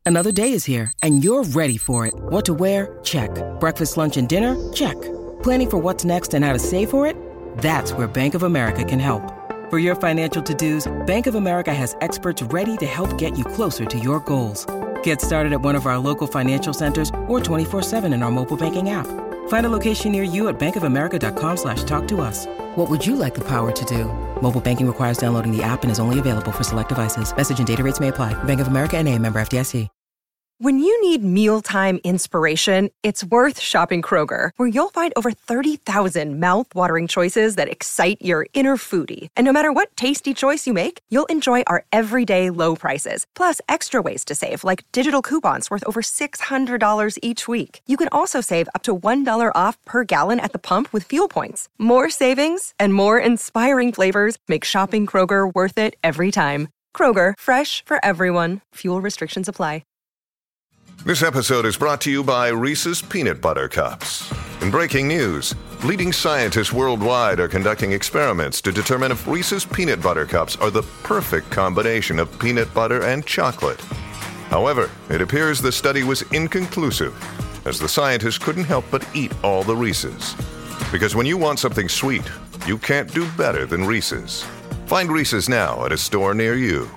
Another day is here, and you're ready for it. What to wear? Check. Breakfast, lunch, and dinner? Check. Planning for what's next and how to save for it? That's where Bank of America can help. For your financial to-dos, Bank of America has experts ready to help get you closer to your goals. Get started at one of our local financial centers or 24/7 in our mobile banking app. Find a location near you at bankofamerica.com/talktous. What would you like the power to do? Mobile banking requires downloading the app and is only available for select devices. Message and data rates may apply. Bank of America N.A., member FDIC. When you need mealtime inspiration, it's worth shopping Kroger, where you'll find over 30,000 mouth-watering choices that excite your inner foodie. And no matter what tasty choice you make, you'll enjoy our everyday low prices, plus extra ways to save, like digital coupons worth over $600 each week. You can also save up to $1 off per gallon at the pump with fuel points. More savings and more inspiring flavors make shopping Kroger worth it every time. Kroger, fresh for everyone. Fuel restrictions apply. This episode is brought to you by Reese's Peanut Butter Cups. In breaking news, leading scientists worldwide are conducting experiments to determine if Reese's Peanut Butter Cups are the perfect combination of peanut butter and chocolate. However, it appears the study was inconclusive, as the scientists couldn't help but eat all the Reese's. Because when you want something sweet, you can't do better than Reese's. Find Reese's now at a store near you.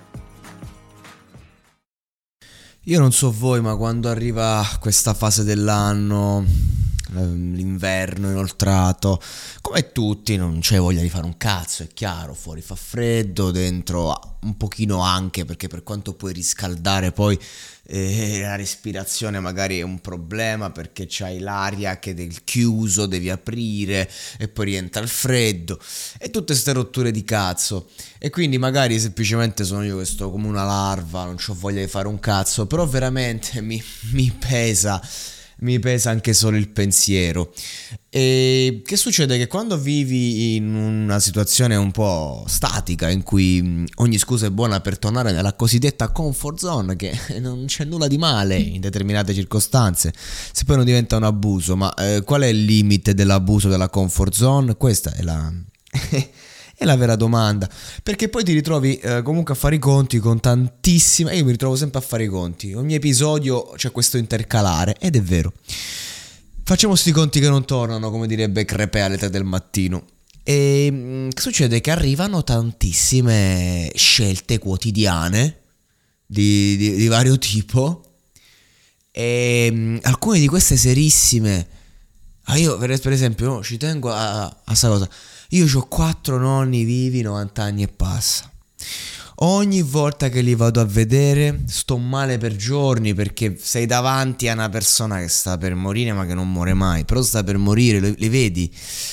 Io non so voi, ma quando arriva questa fase dell'anno, l'inverno inoltrato, come tutti non c'è voglia di fare un cazzo, è chiaro, fuori fa freddo, dentro un pochino anche, perché per quanto puoi riscaldare poi la respirazione magari è un problema, perché c'hai l'aria che del chiuso devi aprire e poi rientra il freddo e tutte ste rotture di cazzo, e quindi magari semplicemente sono io che sto come una larva, non c'ho voglia di fare un cazzo, però veramente mi pesa anche solo il pensiero. E che succede? Che quando vivi in una situazione un po' statica, in cui ogni scusa è buona per tornare nella cosiddetta comfort zone, che non c'è nulla di male in determinate circostanze, se poi non diventa un abuso. Ma qual è il limite dell'abuso della comfort zone? Questa è la è la vera domanda, perché poi ti ritrovi comunque a fare i conti con tantissime. Io mi ritrovo sempre a fare i conti, ogni episodio c'è questo intercalare, ed è vero, facciamo sti conti che non tornano, come direbbe Crepè alle 3 del mattino. E che succede? Che arrivano tantissime scelte quotidiane di vario tipo, e alcune di queste serissime. Io per esempio ci tengo a sta cosa. Io ho 4 nonni vivi, 90 anni e passa. Ogni volta che li vado a vedere sto male per giorni, perché sei davanti a una persona che sta per morire, ma che non muore mai, però sta per morire, li vedi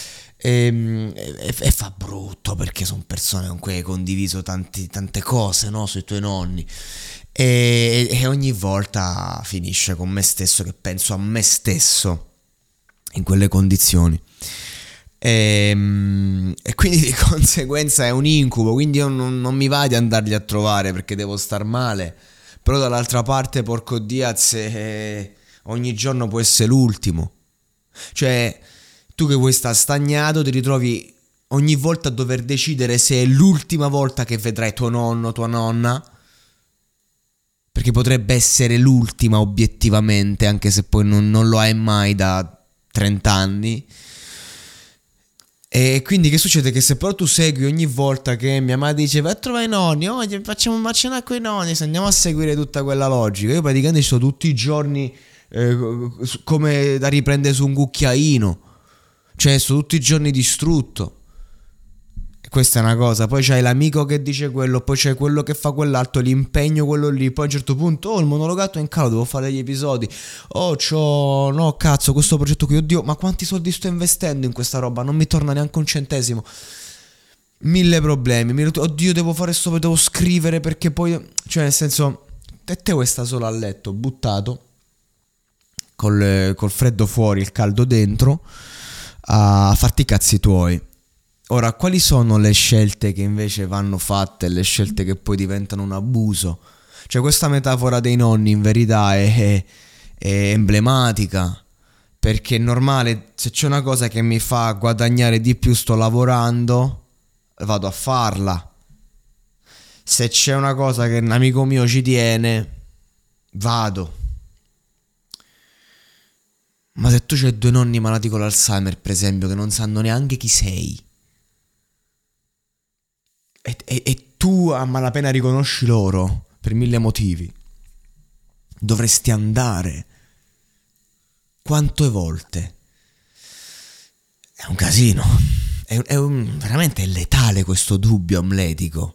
e fa brutto, perché sono persone con cui hai condiviso tante cose, no, sui tuoi nonni, e ogni volta finisce con me stesso che penso a me stesso in quelle condizioni. E quindi di conseguenza è un incubo, quindi io non mi va di andarli a trovare perché devo star male, però dall'altra parte, porco Diaz, ogni giorno può essere l'ultimo. Cioè, tu che vuoi sta stagnato ti ritrovi ogni volta a dover decidere se è l'ultima volta che vedrai tuo nonno, tua nonna, perché potrebbe essere l'ultima obiettivamente, anche se poi non lo hai mai da 30 anni. E quindi che succede? Che se però tu segui ogni volta che mia madre dice vai a trovare i nonni, facciamo una cena con i nonni, se andiamo a seguire tutta quella logica, io praticamente sto tutti i giorni come da riprendere su un cucchiaino, cioè sto tutti i giorni distrutto. Questa è una cosa, poi c'hai l'amico che dice quello, poi c'è quello che fa quell'altro, l'impegno quello lì, poi a un certo punto il monologato è in calo, devo fare degli episodi, no cazzo, questo progetto qui, oddio, ma quanti soldi sto investendo in questa roba, non mi torna neanche un centesimo, 1000 problemi, oddio devo fare sto, devo scrivere perché poi, cioè nel senso, te vuoi sta solo a letto, buttato, col freddo fuori, il caldo dentro, a farti i cazzi tuoi. Ora, quali sono le scelte che invece vanno fatte, le scelte che poi diventano un abuso? Cioè, questa metafora dei nonni in verità è emblematica, perché è normale, se c'è una cosa che mi fa guadagnare di più, sto lavorando, vado a farla. Se c'è una cosa che un amico mio ci tiene, vado. Ma se tu c'hai 2 nonni malati con l'Alzheimer, per esempio, che non sanno neanche chi sei, e tu a malapena riconosci loro per 1000 motivi, dovresti andare. Quante volte? È un casino. Veramente è letale questo dubbio amletico.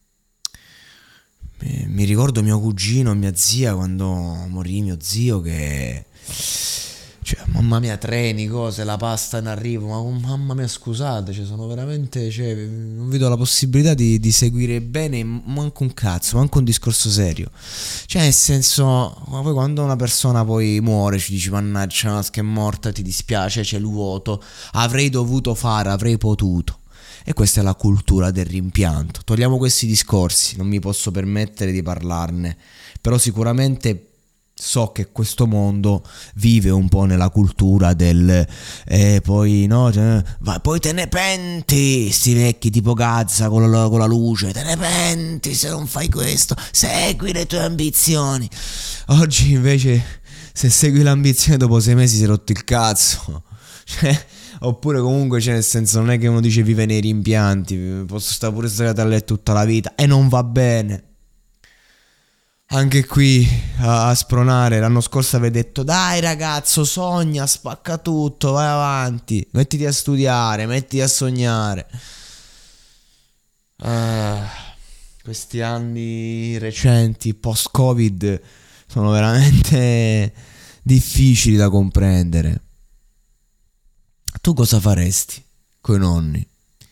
Mi ricordo mio cugino, mia zia, quando morì mio zio, che... Cioè, mamma mia, treni, cose, la pasta in arrivo, ma mamma mia, scusate, cioè, sono veramente, cioè, non vedo la possibilità di seguire bene manco un cazzo, manco un discorso serio. Cioè, nel senso, ma poi quando una persona poi muore ci dici, mannaggia, che è morta, ti dispiace, c'è il vuoto, avrei dovuto fare, avrei potuto. E questa è la cultura del rimpianto. Togliamo questi discorsi, non mi posso permettere di parlarne, però sicuramente so che questo mondo vive un po' nella cultura del poi no, poi te ne penti, sti vecchi tipo Gazza con la luce, te ne penti se non fai questo, segui le tue ambizioni. Oggi invece se segui l'ambizione dopo 6 mesi si è rotto il cazzo. Cioè, oppure comunque, cioè, nel senso, non è che uno dice vive nei rimpianti, posso stare pure sdraiato a letto tutta la vita e non va bene. Anche qui a spronare, l'anno scorso avevo detto dai ragazzo, sogna, spacca tutto, vai avanti, mettiti a studiare, mettiti a sognare. Questi anni recenti post Covid sono veramente difficili da comprendere. Tu cosa faresti coi nonni?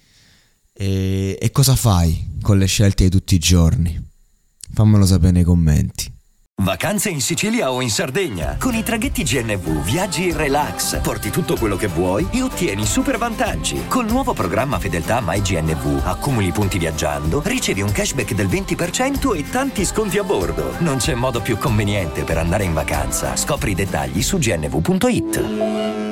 E cosa fai con le scelte di tutti i giorni? Fammelo sapere nei commenti. Vacanze in Sicilia o in Sardegna. Con i traghetti GNV viaggi in relax, porti tutto quello che vuoi e ottieni super vantaggi. Col nuovo programma Fedeltà MyGNV accumuli punti viaggiando, ricevi un cashback del 20% e tanti sconti a bordo. Non c'è modo più conveniente per andare in vacanza. Scopri i dettagli su gnv.it.